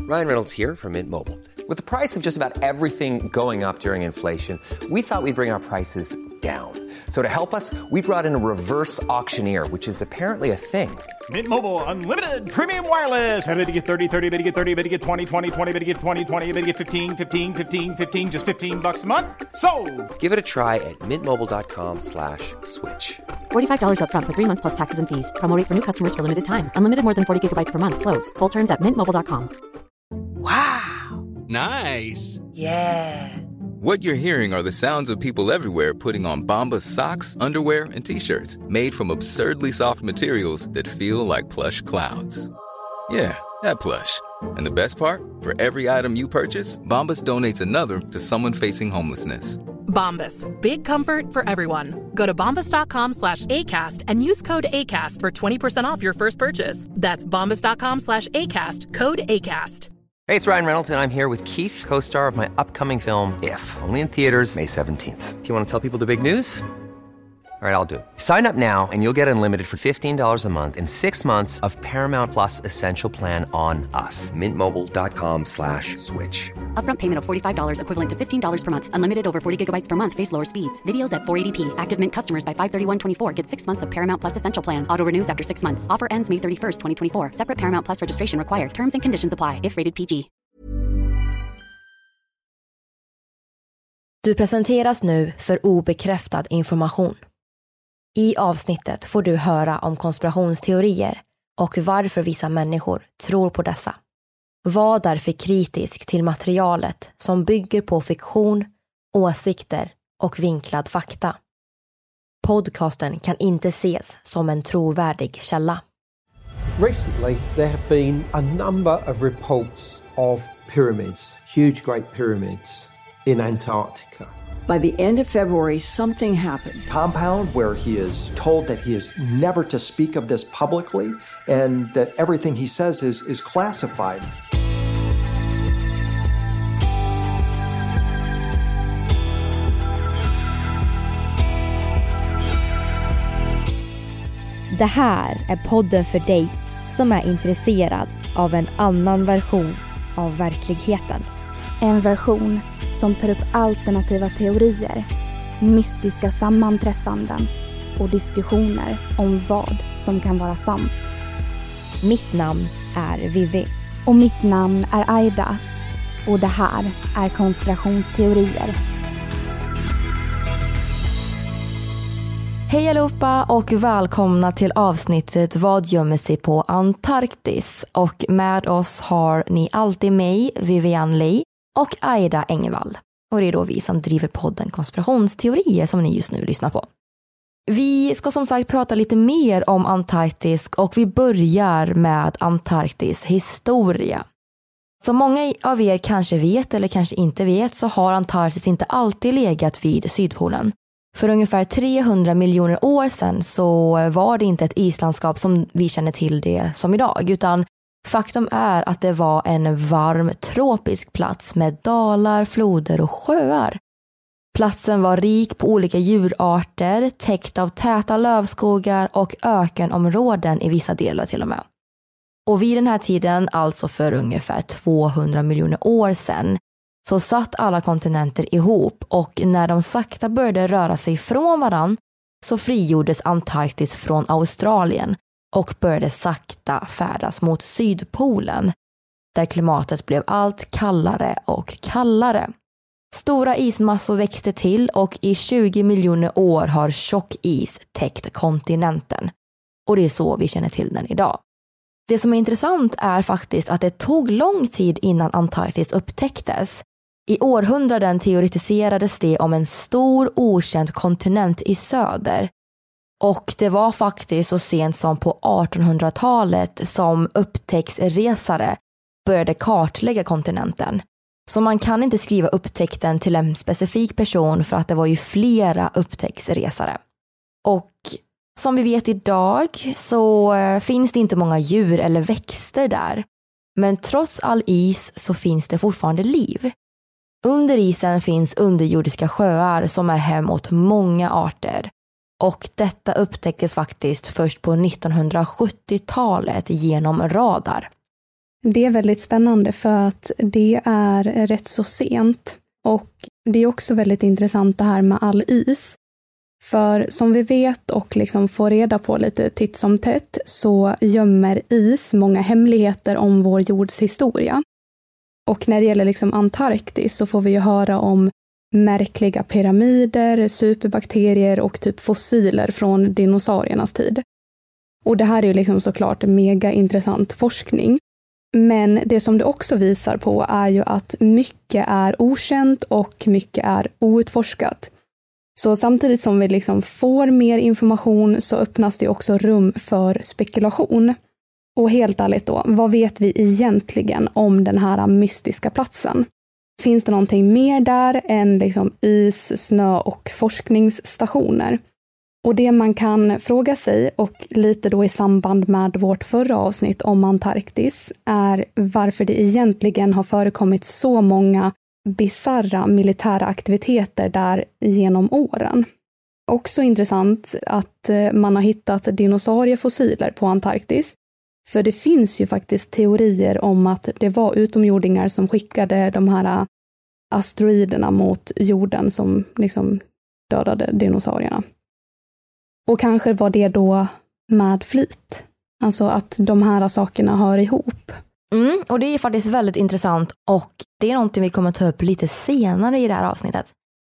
Ryan Reynolds here from Mint Mobile. With the price of just about everything going up during inflation, we thought we'd bring our prices down. So to help us, we brought in a reverse auctioneer, which is apparently a thing. Mint Mobile Unlimited Premium Wireless. How to get 30, 30, bit to get 30, bit to get 20, 20, 20, bit to get 20, 20, bit to get 15, 15, 15, 15, just $15 a month? Sold! Give it a try at mintmobile.com/switch. $45 up front for 3 months plus taxes and fees. Promo rate for new customers for limited time. Unlimited more than 40 gigabytes per month. Slows full terms at mintmobile.com. Wow. Nice. Yeah. What you're hearing are the sounds of people everywhere putting on Bombas socks, underwear, and T-shirts made from absurdly soft materials that feel like plush clouds. Yeah, that plush. And the best part? For every item you purchase, Bombas donates another to someone facing homelessness. Bombas. Big comfort for everyone. Go to bombas.com/ACAST and use code ACAST for 20% off your first purchase. That's bombas.com/ACAST. Code ACAST. Hey, it's Ryan Reynolds, and I'm here with Keith, co-star of my upcoming film, If, only in theaters May 17th. Do you want to tell people the big news? All right, I'll do it. Sign up now and you'll get unlimited for $15 a month and 6 months of Paramount Plus Essential Plan on us. Mintmobile.com/switch. Upfront payment of $45 equivalent to $15 per month. Unlimited over 40 gigabytes per month. Face lower speeds. Videos at 480p. Active Mint customers by 531.24 get 6 months of Paramount Plus Essential Plan. Auto renews after 6 months. Offer ends May 31st, 2024. Separate Paramount Plus registration required. Terms and conditions apply if rated PG. Du presenteras nu för obekräftad information. I avsnittet får du höra om konspirationsteorier och varför vissa människor tror på dessa. Var därför kritisk till materialet som bygger på fiktion, åsikter och vinklad fakta. Podcasten kan inte ses som en trovärdig källa. Recently, there have been a number of reports of pyramids, huge great pyramids in Antarctica. By the end of February, something happened. Compound where he is told that he is never to speak of this publicly and that everything he says is classified. Det här är podden för dig som är intresserad av en annan version av verkligheten. En version som tar upp alternativa teorier, mystiska sammanträffanden och diskussioner om vad som kan vara sant. Mitt namn är Vivi. Och mitt namn är Aida. Och det här är konspirationsteorier. Hej allihopa och välkomna till avsnittet Vad gömmer sig på Antarktis. Och med oss har ni alltid mig, Vivian Leigh, och Aida Engvall. Och det är då vi som driver podden Konspirationsteorier som ni just nu lyssnar på. Vi ska som sagt prata lite mer om Antarktis och vi börjar med Antarktis historia. Som många av er kanske vet eller kanske inte vet så har Antarktis inte alltid legat vid Sydpolen. För ungefär 300 miljoner år sedan så var det inte ett islandskap som vi känner till det som idag, utan faktum är att det var en varm tropisk plats med dalar, floder och sjöar. Platsen var rik på olika djurarter, täckt av täta lövskogar och ökenområden i vissa delar till och med. Och vid den här tiden, alltså för ungefär 200 miljoner år sedan, så satt alla kontinenter ihop och när de sakta började röra sig från varann så frigjordes Antarktis från Australien och började sakta färdas mot Sydpolen, där klimatet blev allt kallare och kallare. Stora ismassor växte till och i 20 miljoner år har tjock is täckt kontinenten. Och det är så vi känner till den idag. Det som är intressant är faktiskt att det tog lång tid innan Antarktis upptäcktes. I århundraden teoretiserades det om en stor okänd kontinent i söder. Och det var faktiskt så sent som på 1800-talet som upptäcktsresare började kartlägga kontinenten. Så man kan inte skriva upptäckten till en specifik person för att det var ju flera upptäcktsresare. Och som vi vet idag så finns det inte många djur eller växter där. Men trots all is så finns det fortfarande liv. Under isen finns underjordiska sjöar som är hem åt många arter. Och detta upptäcktes faktiskt först på 1970-talet genom radar. Det är väldigt spännande för att det är rätt så sent. Och det är också väldigt intressant det här med all is. För som vi vet och liksom får reda på lite titt som tätt så gömmer is många hemligheter om vår jords historia. Och när det gäller liksom Antarktis så får vi ju höra om märkliga pyramider, superbakterier och typ fossiler från dinosauriernas tid. Och det här är ju liksom såklart mega intressant forskning. Men det som det också visar på är ju att mycket är okänt och mycket är outforskat. Så samtidigt som vi liksom får mer information så öppnas det också rum för spekulation. Och helt ärligt då, vad vet vi egentligen om den här mystiska platsen? Finns det någonting mer där än liksom is, snö och forskningsstationer? Och det man kan fråga sig, och lite då i samband med vårt förra avsnitt om Antarktis, är varför det egentligen har förekommit så många bizarra militära aktiviteter där genom åren. Också intressant att man har hittat dinosauriefossiler på Antarktis. För det finns ju faktiskt teorier om att det var utomjordingar som skickade de här asteroiderna mot jorden som liksom dödade dinosaurierna. Och kanske var det då med flit. Alltså att de här sakerna hör ihop. Och det är faktiskt väldigt intressant och det är någonting vi kommer ta upp lite senare i det här avsnittet.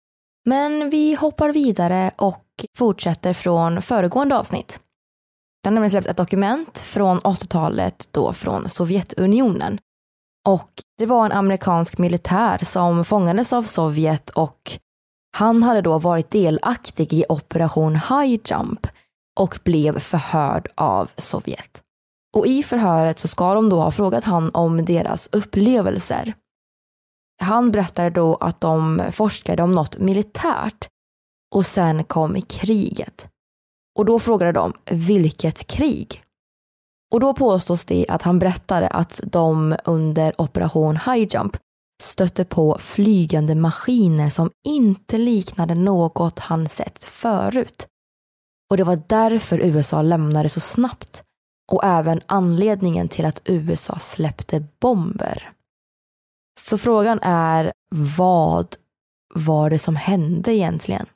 Men vi hoppar vidare och fortsätter från föregående avsnitt. Det har nämligen släppts ett dokument från 80-talet då från Sovjetunionen. Och det var en amerikansk militär som fångades av Sovjet och han hade då varit delaktig i operation High Jump och blev förhörd av Sovjet. Och i förhöret så ska de då ha frågat han om deras upplevelser. Han berättade då att de forskade om något militärt och sen kom kriget. Och då frågade de vilket krig? Och då påstås det att han berättade att de under operation High Jump stötte på flygande maskiner som inte liknade något han sett förut. Och det var därför USA lämnade så snabbt. Och även anledningen till att USA släppte bomber. Så frågan är, vad var det som hände egentligen?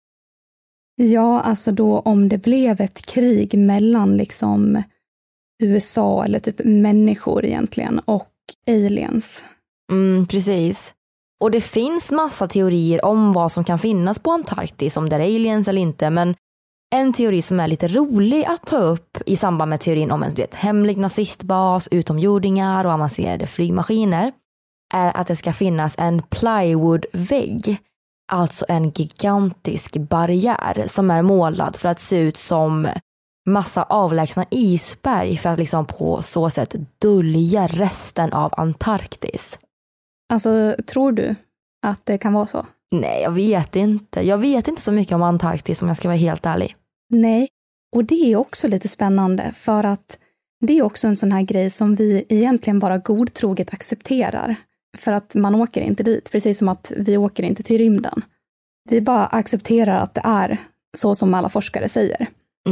Ja, alltså då om det blev ett krig mellan liksom USA eller typ människor egentligen och aliens. Precis. Och det finns massa teorier om vad som kan finnas på Antarktis, om det är aliens eller inte. Men en teori som är lite rolig att ta upp i samband med teorin om en hemlig nazistbas, utomjordingar och avancerade flygmaskiner är att det ska finnas en plywoodvägg, alltså en gigantisk barriär som är målad för att se ut som massa avlägsna isberg för att liksom på så sätt dölja resten av Antarktis. Alltså, tror du att det kan vara så? Nej, jag vet inte. Jag vet inte så mycket om Antarktis om jag ska vara helt ärlig. Nej, och det är också lite spännande för att det är också en sån här grej som vi egentligen bara godtroget accepterar. För att man åker inte dit, precis som att vi åker inte till rymden. Vi bara accepterar att det är så som alla forskare säger.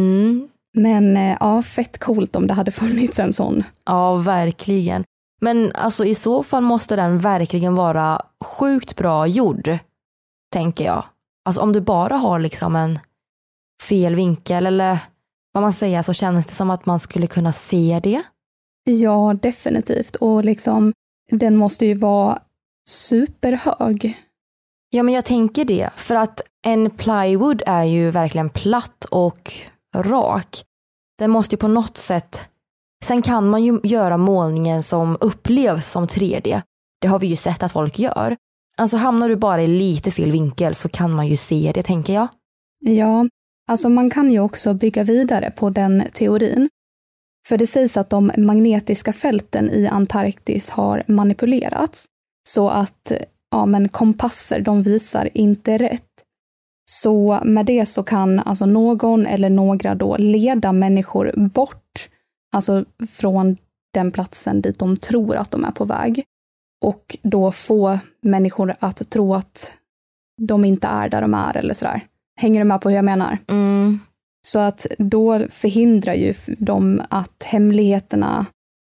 Men ja, fett coolt om det hade funnits en sån. Ja, verkligen. Men alltså i så fall måste den verkligen vara sjukt bra gjord, tänker jag. Alltså om du bara har liksom en fel vinkel eller vad man säger, så känns det som att man skulle kunna se det. Ja, definitivt. Och liksom den måste ju vara superhög. Ja, men jag tänker det. För att en plywood är ju verkligen platt och rak. Den måste ju på något sätt... Sen kan man ju göra målningen som upplevs som 3D. Det har vi ju sett att folk gör. Alltså hamnar du bara i lite fel vinkel så kan man ju se det, tänker jag. Ja, alltså man kan ju också bygga vidare på den teorin. För det sägs att de magnetiska fälten i Antarktis har manipulerats. Så att kompasser, de visar inte rätt. Så med det så kan alltså någon eller några då leda människor bort. Alltså från den platsen dit de tror att de är på väg. Och då få människor att tro att de inte är där de är eller sådär. Hänger du med på hur jag menar? Så att då förhindrar ju de att hemligheterna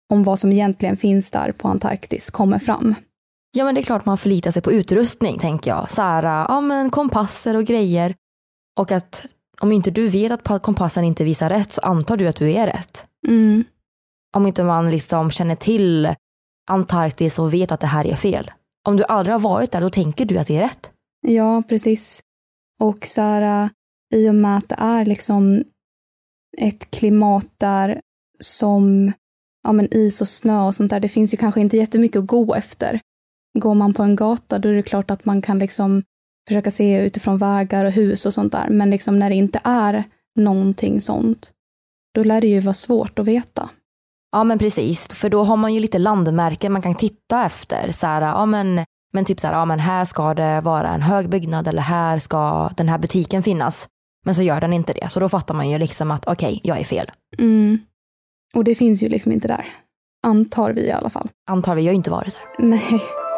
om vad som egentligen finns där på Antarktis kommer fram. Ja, men det är klart man förlitar sig på utrustning, tänker jag. Så här, ja men kompasser och grejer. Och att om inte du vet att kompassen inte visar rätt så antar du att du är rätt. Mm. Om inte man liksom känner till Antarktis och vet att det här är fel. Om du aldrig har varit där, då tänker du att det är rätt. Ja, precis. Och så här, i och med att det är liksom ett klimat där som is och snö och sånt där, det finns ju kanske inte jättemycket att gå efter. Går man på en gata, då är det klart att man kan liksom försöka se utifrån vägar och hus och sånt där. Men liksom när det inte är någonting sånt, då lär det ju vara svårt att veta. Ja, men precis. För då har man ju lite landmärken man kan titta efter. Så här, ja, men typ så här, ja, men här ska det vara en hög byggnad eller här ska den här butiken finnas. Men så gör den inte det. Så då fattar man ju liksom att okej, jag är fel. Mm. Och det finns ju liksom inte där. Antar vi i alla fall. Antar vi, jag har inte varit där. Nej.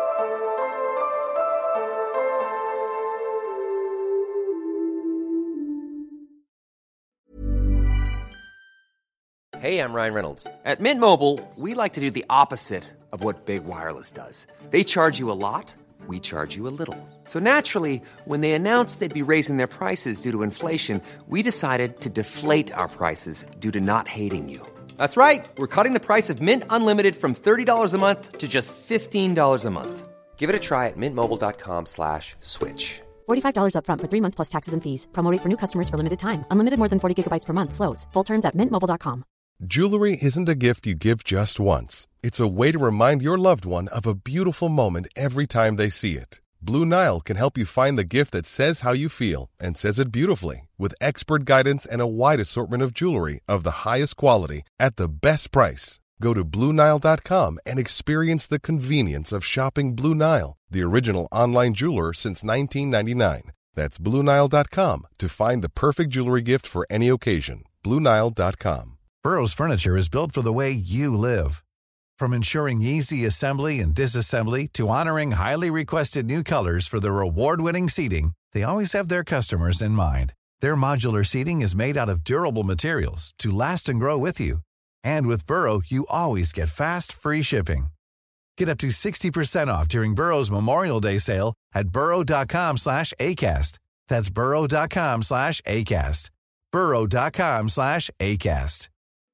Hey, I'm Ryan Reynolds. At Mint Mobile, we like to do the opposite of what Big Wireless does. They charge you a lot, we charge you a little. So naturally, when they announced they'd be raising their prices due to inflation, we decided to deflate our prices due to not hating you. That's right. We're cutting the price of Mint Unlimited from $30 a month to just $15 a month. Give it a try at mintmobile.com/switch. $45 up front for 3 months plus taxes and fees. Promo rate for new customers for limited time. Unlimited more than 40 gigabytes per month. Slows full terms at mintmobile.com. Jewelry isn't a gift you give just once. It's a way to remind your loved one of a beautiful moment every time they see it. Blue Nile can help you find the gift that says how you feel and says it beautifully, with expert guidance and a wide assortment of jewelry of the highest quality at the best price. Go to BlueNile.com and experience the convenience of shopping Blue Nile, the original online jeweler since 1999. That's BlueNile.com to find the perfect jewelry gift for any occasion. BlueNile.com. Burrow's furniture is built for the way you live. From ensuring easy assembly and disassembly to honoring highly requested new colors for their award-winning seating, they always have their customers in mind. Their modular seating is made out of durable materials to last and grow with you. And with Burrow, you always get fast, free shipping. Get up to 60% off during Burrow's Memorial Day sale at burrow.com/ACAST. That's burrow.com/ACAST. burrow.com/ACAST.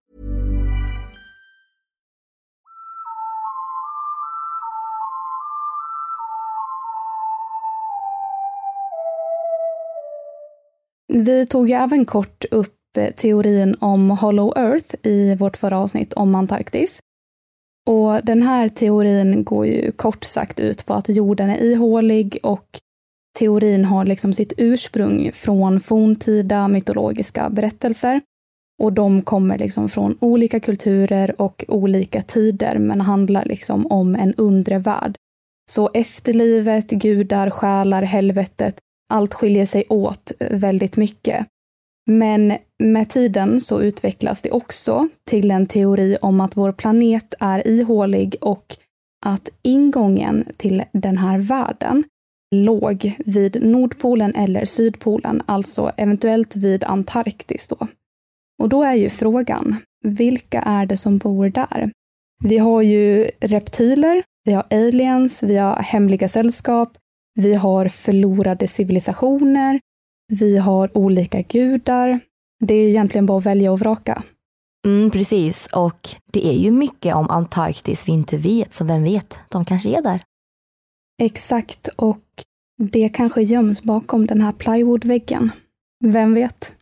Vi tog ju även kort upp teorin om Hollow Earth i vårt förra avsnitt om Antarktis. Och den här teorin går ju kort sagt ut på att jorden är ihålig, och teorin har liksom sitt ursprung från forntida mytologiska berättelser. Och de kommer liksom från olika kulturer och olika tider, men handlar liksom om en undre värld. Så efterlivet, gudar, själar, helvetet, allt skiljer sig åt väldigt mycket. Men med tiden så utvecklas det också till en teori om att vår planet är ihålig och att ingången till den här världen låg vid Nordpolen eller Sydpolen, alltså eventuellt vid Antarktis då. Och då är ju frågan, vilka är det som bor där? Vi har ju reptiler, vi har aliens, vi har hemliga sällskap, vi har förlorade civilisationer, vi har olika gudar. Det är egentligen bara att välja och vraka. Precis, och det är ju mycket om Antarktis vi inte vet, så vem vet, de kanske är där. Exakt, och det kanske göms bakom den här plywoodväggen. Vem vet?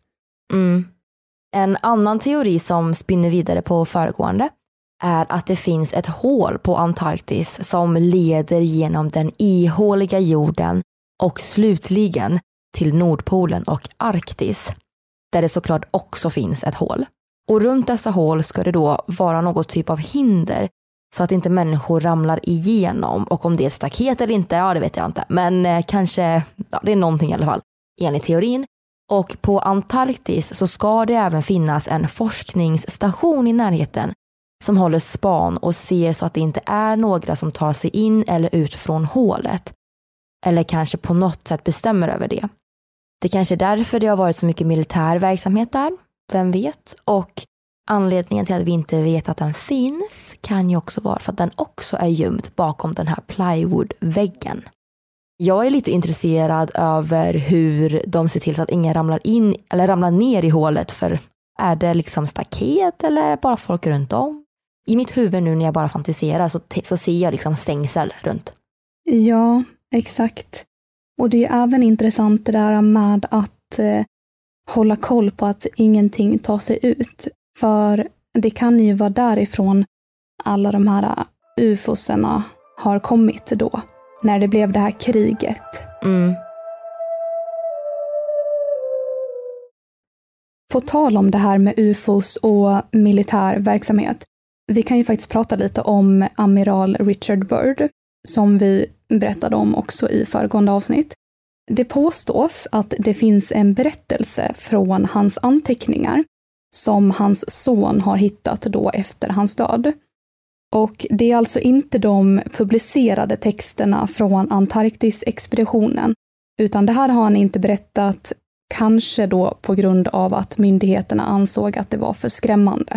En annan teori som spinner vidare på föregående är att det finns ett hål på Antarktis som leder genom den ihåliga jorden och slutligen till Nordpolen och Arktis, där det såklart också finns ett hål. Och runt dessa hål ska det då vara något typ av hinder så att inte människor ramlar igenom. Och om det är ett staket eller inte, ja det vet jag inte. Men kanske, ja, det är någonting i alla fall, enligt teorin. Och på Antarktis så ska det även finnas en forskningsstation i närheten som håller span och ser så att det inte är några som tar sig in eller ut från hålet. Eller kanske på något sätt bestämmer över det. Det kanske är därför det har varit så mycket militär verksamhet där, vem vet? Och Anledningen till att vi inte vet att den finns kan ju också vara för att den också är gömd bakom den här plywoodväggen. Jag är lite intresserad över hur de ser till så att ingen ramlar in eller ramlar ner i hålet, för är det liksom staket eller bara folk runt om? I mitt huvud nu när jag bara fantiserar så ser jag liksom stängsel runt. Ja, exakt. Och det är även intressant det där med att hålla koll på att ingenting tar sig ut. För det kan ju vara därifrån alla de här UFOsarna har kommit då. När det blev det här kriget. Mm. På tal om det här med UFOs och militär verksamhet. Vi kan ju faktiskt prata lite om amiral Richard Byrd. Som vi berättade om också i föregående avsnitt. Det påstås att det finns en berättelse från hans anteckningar. Som hans son har hittat då efter hans död. Och det är alltså inte de publicerade texterna från Antarktis-expeditionen, utan det här har han inte berättat, kanske då på grund av att myndigheterna ansåg att det var för skrämmande.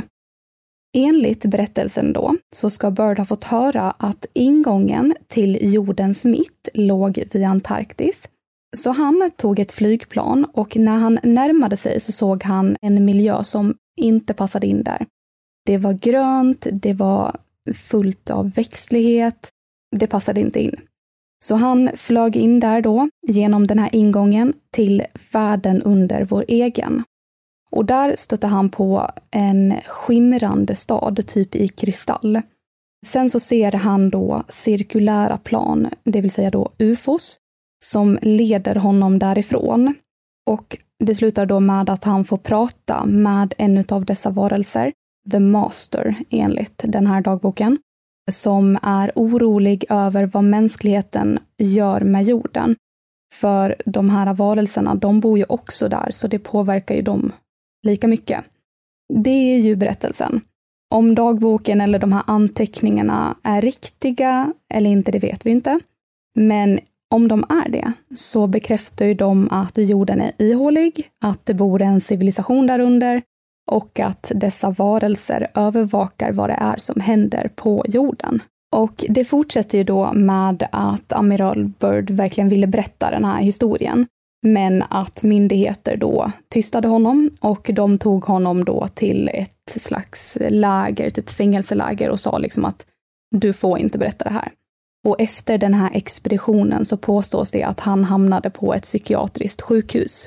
Enligt berättelsen då så ska Byrd ha fått höra att ingången till jordens mitt låg vid Antarktis. Så han tog ett flygplan och när han närmade sig så såg han en miljö som inte passade in där. Det var grönt, det var fullt av växtlighet. Det passade inte in. Så han flög in där då genom den här ingången till världen under vår egen. Och där stötte han på en skimrande stad typ i kristall. Sen så ser han då cirkulära plan, det vill säga då UFOs, som leder honom därifrån. Och det slutar då med att han får prata med en av dessa varelser. The Master enligt den här dagboken, som är orolig över vad mänskligheten gör med jorden. För de här varelserna, de bor ju också där, så det påverkar ju dem lika mycket. Det är ju berättelsen. Om dagboken eller de här anteckningarna är riktiga eller inte, det vet vi inte. Men om de är det så bekräftar ju de att jorden är ihålig, att det bor en civilisation där under. Och att dessa varelser övervakar vad det är som händer på jorden. Och det fortsätter ju då med att amiral Byrd verkligen ville berätta den här historien. Men att myndigheter då tystade honom och de tog honom då till ett slags läger, typ fängelseläger, och sa liksom att du får inte berätta det här. Och efter den här expeditionen så påstås det att han hamnade på ett psykiatriskt sjukhus.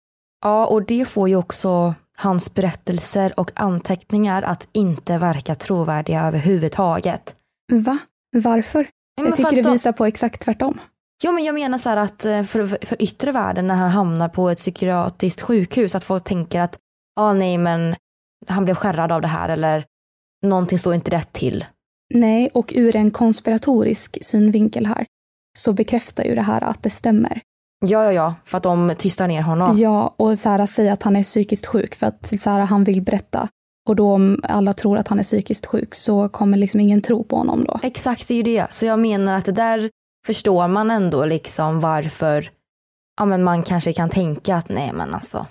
Ja, och det får ju också hans berättelser och anteckningar att inte verka trovärdiga överhuvudtaget. Va? Varför? Jag tycker det visar på exakt tvärtom. Jo, men jag menar så här att för yttre världen när han hamnar på ett psykiatriskt sjukhus, att folk tänker att nej, men han blev skärrad av det här eller någonting står inte rätt till. Nej, och ur en konspiratorisk synvinkel här så bekräftar ju det här att det stämmer. Ja, för att de tystar ner honom. Ja, och Sara säger att han är psykiskt sjuk för att Sara han vill berätta. Och då om alla tror att han är psykiskt sjuk så kommer liksom ingen tro på honom då. Exakt, det är ju det. Så jag menar att det där förstår man ändå liksom varför men man kanske kan tänka att nej, men alltså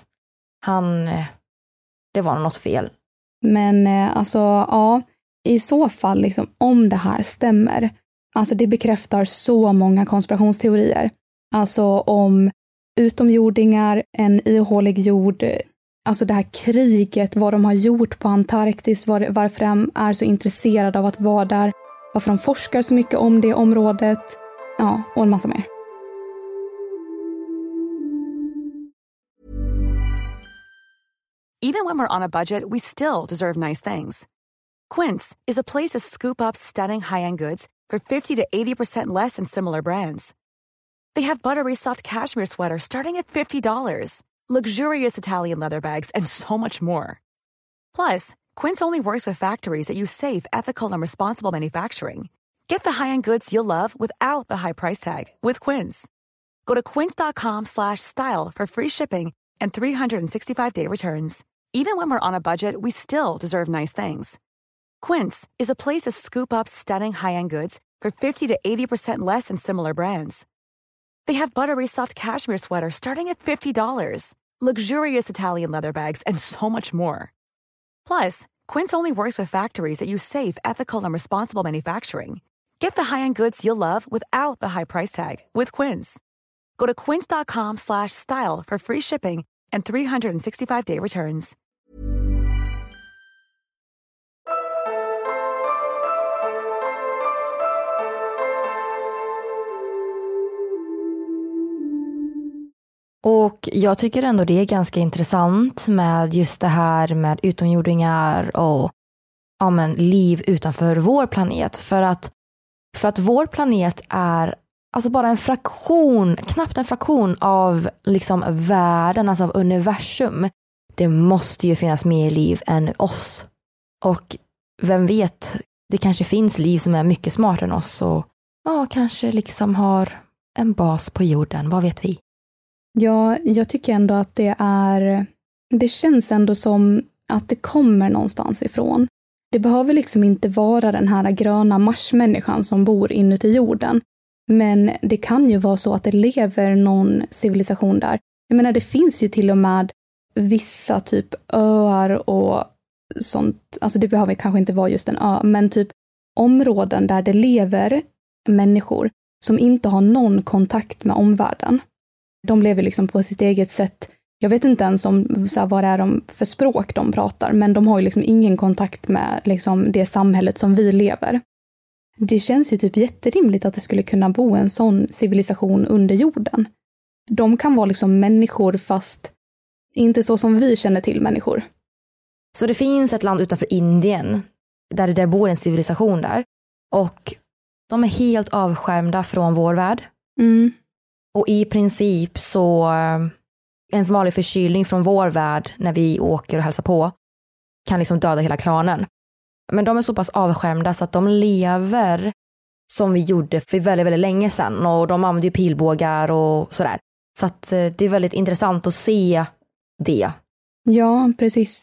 det var något fel. Men i så fall liksom om det här stämmer, alltså det bekräftar så många konspirationsteorier. Alltså om utomjordingar, en ihålig jord, alltså det här kriget, vad de har gjort på Antarktis, varför de är så intresserade av att vara där, varför de forskar så mycket om det området, och en massa mer. Even when we're on a budget, we still deserve nice things. Quince is a place to scoop up stunning high-end goods for 50 to 80% less than similar brands. They have buttery soft cashmere sweaters starting at $50, luxurious Italian leather bags, and so much more. Plus, Quince only works with factories that use safe, ethical, and responsible manufacturing. Get the high-end goods you'll love without the high price tag with Quince. Go to quince.com/style for free shipping and 365-day returns. Even when we're on a budget, we still deserve nice things. Quince is a place to scoop up stunning high-end goods for 50 to 80% less than similar brands. They have buttery soft cashmere sweaters starting at $50, luxurious Italian leather bags, and so much more. Plus, Quince only works with factories that use safe, ethical, and responsible manufacturing. Get the high-end goods you'll love without the high price tag with Quince. Go to quince.com/style for free shipping and 365-day returns. Och jag tycker ändå det är ganska intressant med just det här med utomjordingar och liv utanför vår planet. För att vår planet är alltså bara en fraktion, knappt en fraktion av liksom världen, alltså av universum. Det måste ju finnas mer liv än oss. Och vem vet, det kanske finns liv som är mycket smartare än oss och kanske liksom har en bas på jorden, vad vet vi? Ja, jag tycker ändå att det känns ändå som att det kommer någonstans ifrån. Det behöver liksom inte vara den här gröna marsmänniskan som bor inuti jorden. Men det kan ju vara så att det lever någon civilisation där. Jag menar, det finns ju till och med vissa typ öar och sånt. Alltså det behöver kanske inte vara just en ö, men typ områden där det lever människor som inte har någon kontakt med omvärlden. De lever liksom på sitt eget sätt. Jag vet inte ens om vad det är för språk de pratar, men de har ju liksom ingen kontakt med liksom det samhället som vi lever. Det känns ju typ jätterimligt att det skulle kunna bo en sån civilisation under jorden. De kan vara liksom människor fast inte så som vi känner till människor. Så det finns ett land utanför Indien där det bor en civilisation där och de är helt avskärmda från vår värld. Mm. Och i princip så en vanlig förkylning från vår värld när vi åker och hälsar på kan liksom döda hela klanen. Men de är så pass avskärmda så att de lever som vi gjorde för väldigt, väldigt länge sedan. Och de använder ju pilbågar och sådär. Så att det är väldigt intressant att se det. Ja, precis.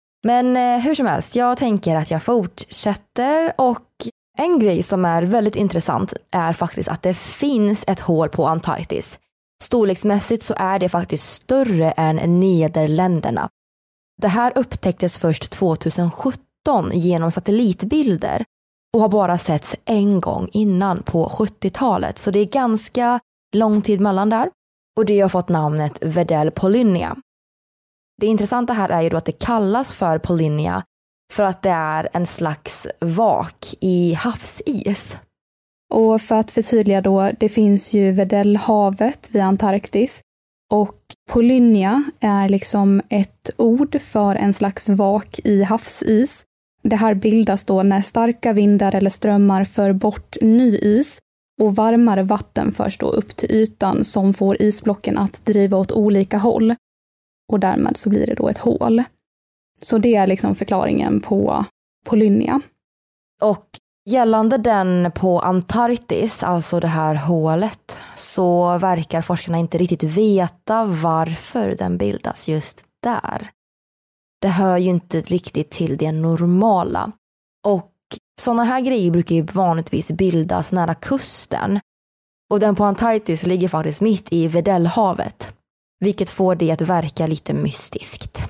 Men hur som helst, jag tänker att jag fortsätter. Och en grej som är väldigt intressant är faktiskt att det finns ett hål på Antarktis. Storleksmässigt så är det faktiskt större än Nederländerna. Det här upptäcktes först 2017 genom satellitbilder och har bara setts en gång innan på 70-talet. Så det är ganska lång tid mellan där. Och det har fått namnet Weddell Polynia. Det intressanta här är ju då att det kallas för Polynia för att det är en slags vak i havsis. Och för att förtydliga då, det finns ju Weddellhavet vid Antarktis. Och Polynia är liksom ett ord för en slags vak i havsis. Det här bildas då när starka vindar eller strömmar för bort ny is och varmare vatten förs då upp till ytan som får isblocken att driva åt olika håll. Och därmed så blir det då ett hål. Så det är liksom förklaringen på Polynia. Och gällande den på Antarktis, alltså det här hålet, så verkar forskarna inte riktigt veta varför den bildas just där. Det hör ju inte riktigt till det normala. Och sådana här grejer brukar ju vanligtvis bildas nära kusten. Och den på Antarktis ligger faktiskt mitt i Weddellhavet. Vilket får det att verka lite mystiskt.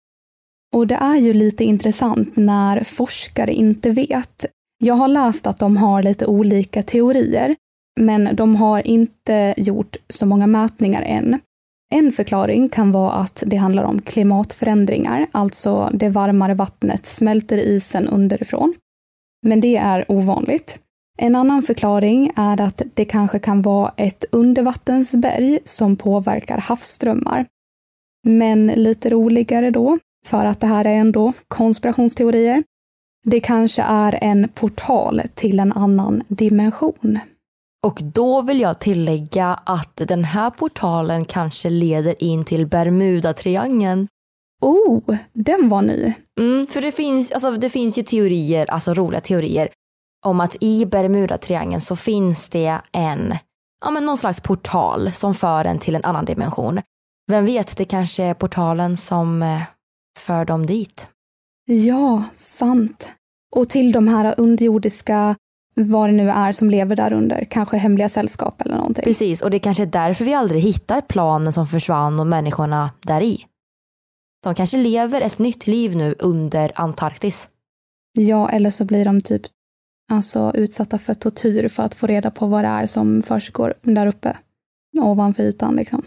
Och det är ju lite intressant när forskare inte vet. Jag har läst att de har lite olika teorier, men de har inte gjort så många mätningar än. En förklaring kan vara att det handlar om klimatförändringar, alltså det varmare vattnet smälter isen underifrån. Men det är ovanligt. En annan förklaring är att det kanske kan vara ett undervattensberg som påverkar havsströmmar. Men lite roligare då, för att det här är ändå konspirationsteorier. Det kanske är en portal till en annan dimension. Och då vill jag tillägga att den här portalen kanske leder in till Bermudatriangeln. Oh, den var ny. För det finns ju teorier, alltså roliga teorier, om att i Bermudatriangeln så finns det någon slags portal som för en till en annan dimension. Vem vet, det kanske är portalen som för dem dit. Ja, sant. Och till de här underjordiska, vad det nu är som lever där under, kanske hemliga sällskap eller någonting. Precis, och det kanske är därför vi aldrig hittar planen som försvann och människorna där i. De kanske lever ett nytt liv nu under Antarktis. Ja, eller så blir de typ utsatta för tortyr för att få reda på vad det är som försiggår där uppe. Ovanför ytan liksom.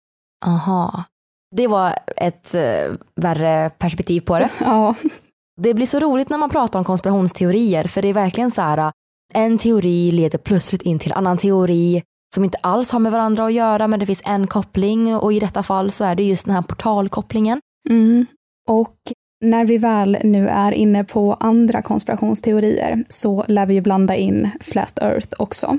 Aha. Det var ett värre perspektiv på det. Ja. Det blir så roligt när man pratar om konspirationsteorier, för det är verkligen så här, en teori leder plötsligt in till annan teori som inte alls har med varandra att göra, men det finns en koppling, och i detta fall så är det just den här portalkopplingen. Mm. Och när vi väl nu är inne på andra konspirationsteorier så lär vi ju blanda in Flat Earth också.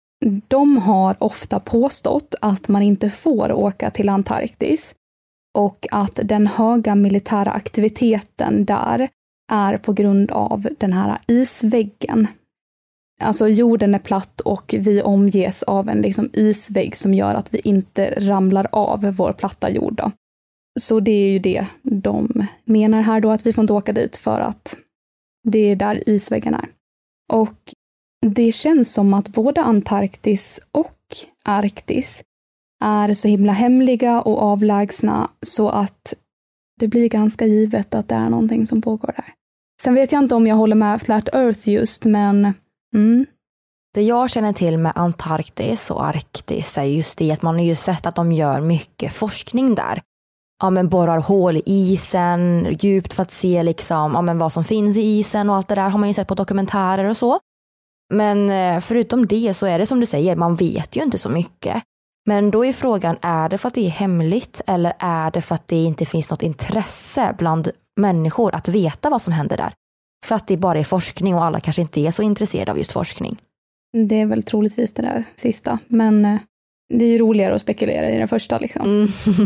De har ofta påstått att man inte får åka till Antarktis och att den höga militära aktiviteten där är på grund av den här isväggen. Alltså jorden är platt och vi omges av en liksom isvägg som gör att vi inte ramlar av vår platta jord då. Så det är ju det de menar här då, att vi får inte åka dit för att det är där isväggen är. Och det känns som att både Antarktis och Arktis är så himla hemliga och avlägsna så att det blir ganska givet att det är någonting som pågår där. Sen vet jag inte om jag håller med Flat Earth just, men Det jag känner till med Antarktis och Arktis är just det att man har ju sett att de gör mycket forskning där. Ja, men borrar hål i isen djupt för att se liksom, ja, men vad som finns i isen och allt det där har man ju sett på dokumentärer och så. Men förutom det så är det som du säger, man vet ju inte så mycket. Men då är frågan, är det för att det är hemligt eller är det för att det inte finns något intresse bland människor att veta vad som händer där? För att det bara är forskning och alla kanske inte är så intresserade av just forskning. Det är väl troligtvis det där sista, men det är ju roligare att spekulera i den första liksom.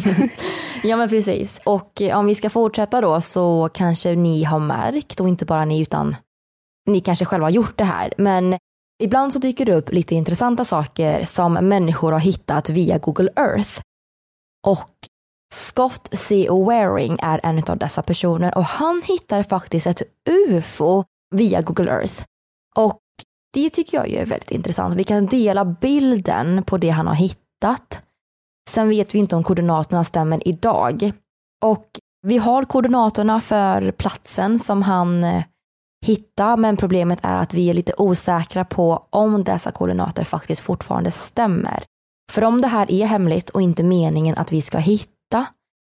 Ja, men precis. Och om vi ska fortsätta då så kanske ni har märkt, och inte bara ni utan ni kanske själva har gjort det här, men ibland så dyker det upp lite intressanta saker som människor har hittat via Google Earth. Och Scott C. Waring är en av dessa personer och han hittar faktiskt ett UFO via Google Earth. Och det tycker jag är väldigt intressant. Vi kan dela bilden på det han har hittat. Sen vet vi inte om koordinaterna stämmer idag. Och vi har koordinaterna för platsen som han hittar, men problemet är att vi är lite osäkra på om dessa koordinater faktiskt fortfarande stämmer. För om det här är hemligt och inte meningen att vi ska hitta,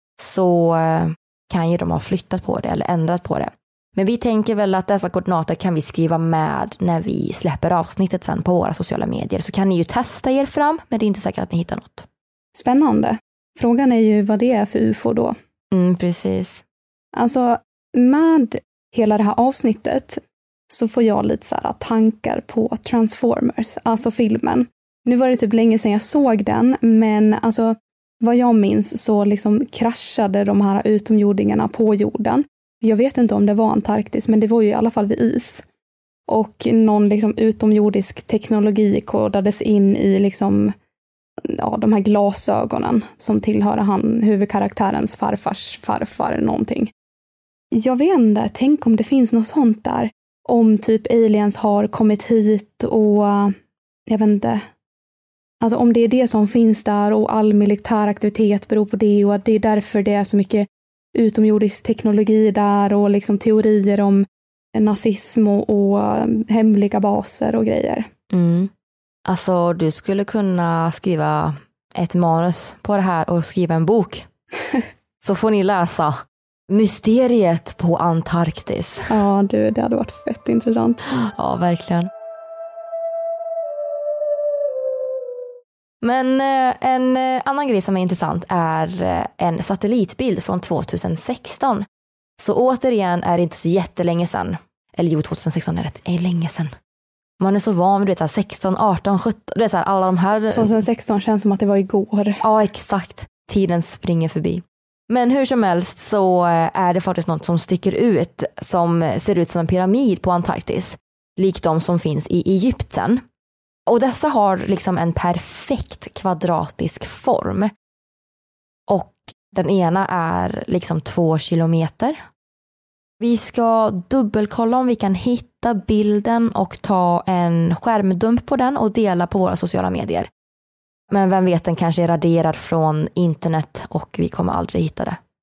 så kan ju de ha flyttat på det eller ändrat på det. Men vi tänker väl att dessa koordinater kan vi skriva med när vi släpper avsnittet sen på våra sociala medier. Så kan ni ju testa er fram, men det är inte säkert att ni hittar något. Spännande. Frågan är ju vad det är för UFO då. Precis. Alltså med hela det här avsnittet så får jag lite så här tankar på Transformers, alltså filmen. Nu var det typ länge sedan jag såg den, men alltså vad jag minns så liksom kraschade de här utomjordingarna på jorden. Jag vet inte om det var Antarktis, men det var ju i alla fall vid is. Och någon liksom utomjordisk teknologi kodades in i liksom, ja, de här glasögonen som tillhör huvudkaraktärens farfars farfar någonting. Jag vet inte, tänk om det finns något sånt där. Om typ aliens har kommit hit och jag vet inte. Alltså om det är det som finns där och all militär aktivitet beror på det och att det är därför det är så mycket utomjordisk teknologi där och liksom teorier om nazism och hemliga baser och grejer. Alltså du skulle kunna skriva ett manus på det här och skriva en bok. Så får ni läsa Mysteriet på Antarktis. Ja du, det hade varit fett intressant. Ja, verkligen. Men en annan grej som är intressant är en satellitbild från 2016. Så återigen är det inte så jättelänge sedan. Eller jo, 2016 är länge sedan. Man är så van vid det, så här 16, 18, 17. Det är så här, alla de här... 2016 känns som att det var igår. Ja, exakt. Tiden springer förbi. Men hur som helst så är det faktiskt något som sticker ut som ser ut som en pyramid på Antarktis. Likt de som finns i Egypten. Och dessa har liksom en perfekt kvadratisk form. Och den ena är liksom 2 kilometer. Vi ska dubbelkolla om vi kan hitta bilden och ta en skärmdump på den och dela på våra sociala medier. Men vem vet, den kanske är raderad från internet och vi kommer aldrig hitta det.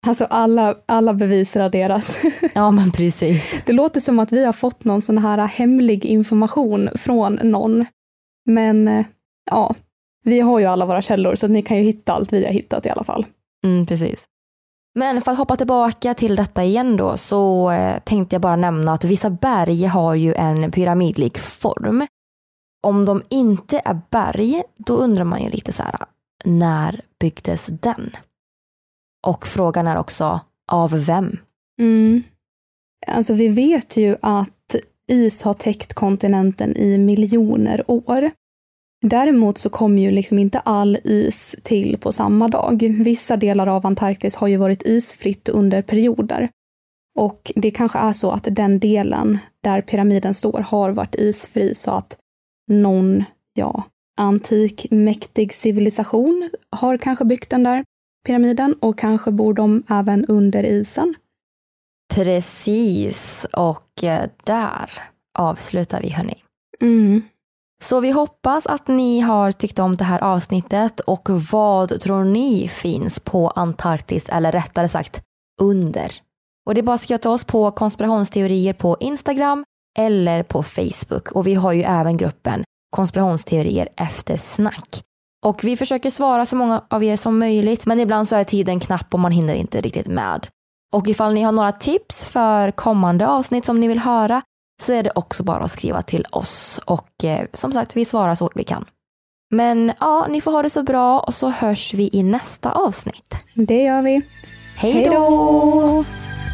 Alltså alla bevis raderas. Ja, men precis. Det låter som att vi har fått någon sån här hemlig information från någon. Men ja, vi har ju alla våra källor så att ni kan ju hitta allt vi har hittat i alla fall. Precis. Men för att hoppa tillbaka till detta igen då så tänkte jag bara nämna att vissa berg har ju en pyramidlik form. Om de inte är berg, då undrar man ju lite så här, när byggdes den? Och frågan är också, av vem? Alltså vi vet ju att is har täckt kontinenten i miljoner år. Däremot så kommer ju liksom inte all is till på samma dag. Vissa delar av Antarktis har ju varit isfritt under perioder. Och det kanske är så att den delen där pyramiden står har varit isfri så att någon, antik mäktig civilisation har kanske byggt den där pyramiden och kanske bor de även under isen. Precis, och där avslutar vi, hörni. Så vi hoppas att ni har tyckt om det här avsnittet, och vad tror ni finns på Antarktis, eller rättare sagt under? Och det är bara att skriva till oss på konspirationsteorier på Instagram eller på Facebook, och vi har ju även gruppen konspirationsteorier efter snack. Och vi försöker svara så många av er som möjligt, men ibland så är tiden knapp och man hinner inte riktigt med. Och ifall ni har några tips för kommande avsnitt som ni vill höra, så är det också bara att skriva till oss. Och som sagt, vi svarar så vi kan. Men ja, ni får ha det så bra, och så hörs vi i nästa avsnitt. Det gör vi. Hej då!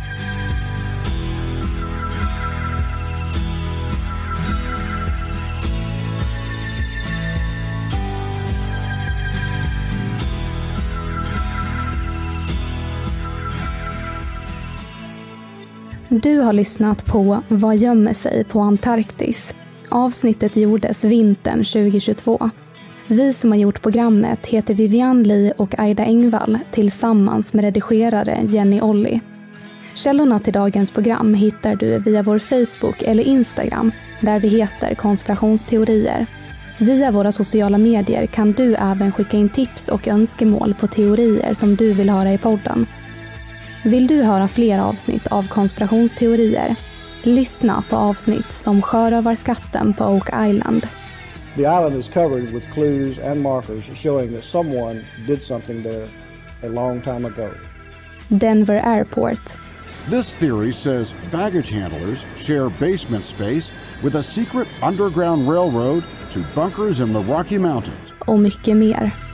Du har lyssnat på Vad gömmer sig på Antarktis. Avsnittet gjordes vintern 2022. Vi som har gjort programmet heter Vivian Lee och Aida Engvall tillsammans med redigerare Jenny Olli. Källorna till dagens program hittar du via vår Facebook eller Instagram där vi heter konspirationsteorier. Via våra sociala medier kan du även skicka in tips och önskemål på teorier som du vill höra i podden. Vill du höra fler avsnitt av konspirationsteorier? Lyssna på avsnitt som Sjörövarskatten på Oak Island. The island is covered with clues and markers showing that someone did something there a long time ago. Denver Airport. This theory says baggage handlers share basement space with a secret underground railroad to bunkers in the Rocky Mountains. Och mycket mer.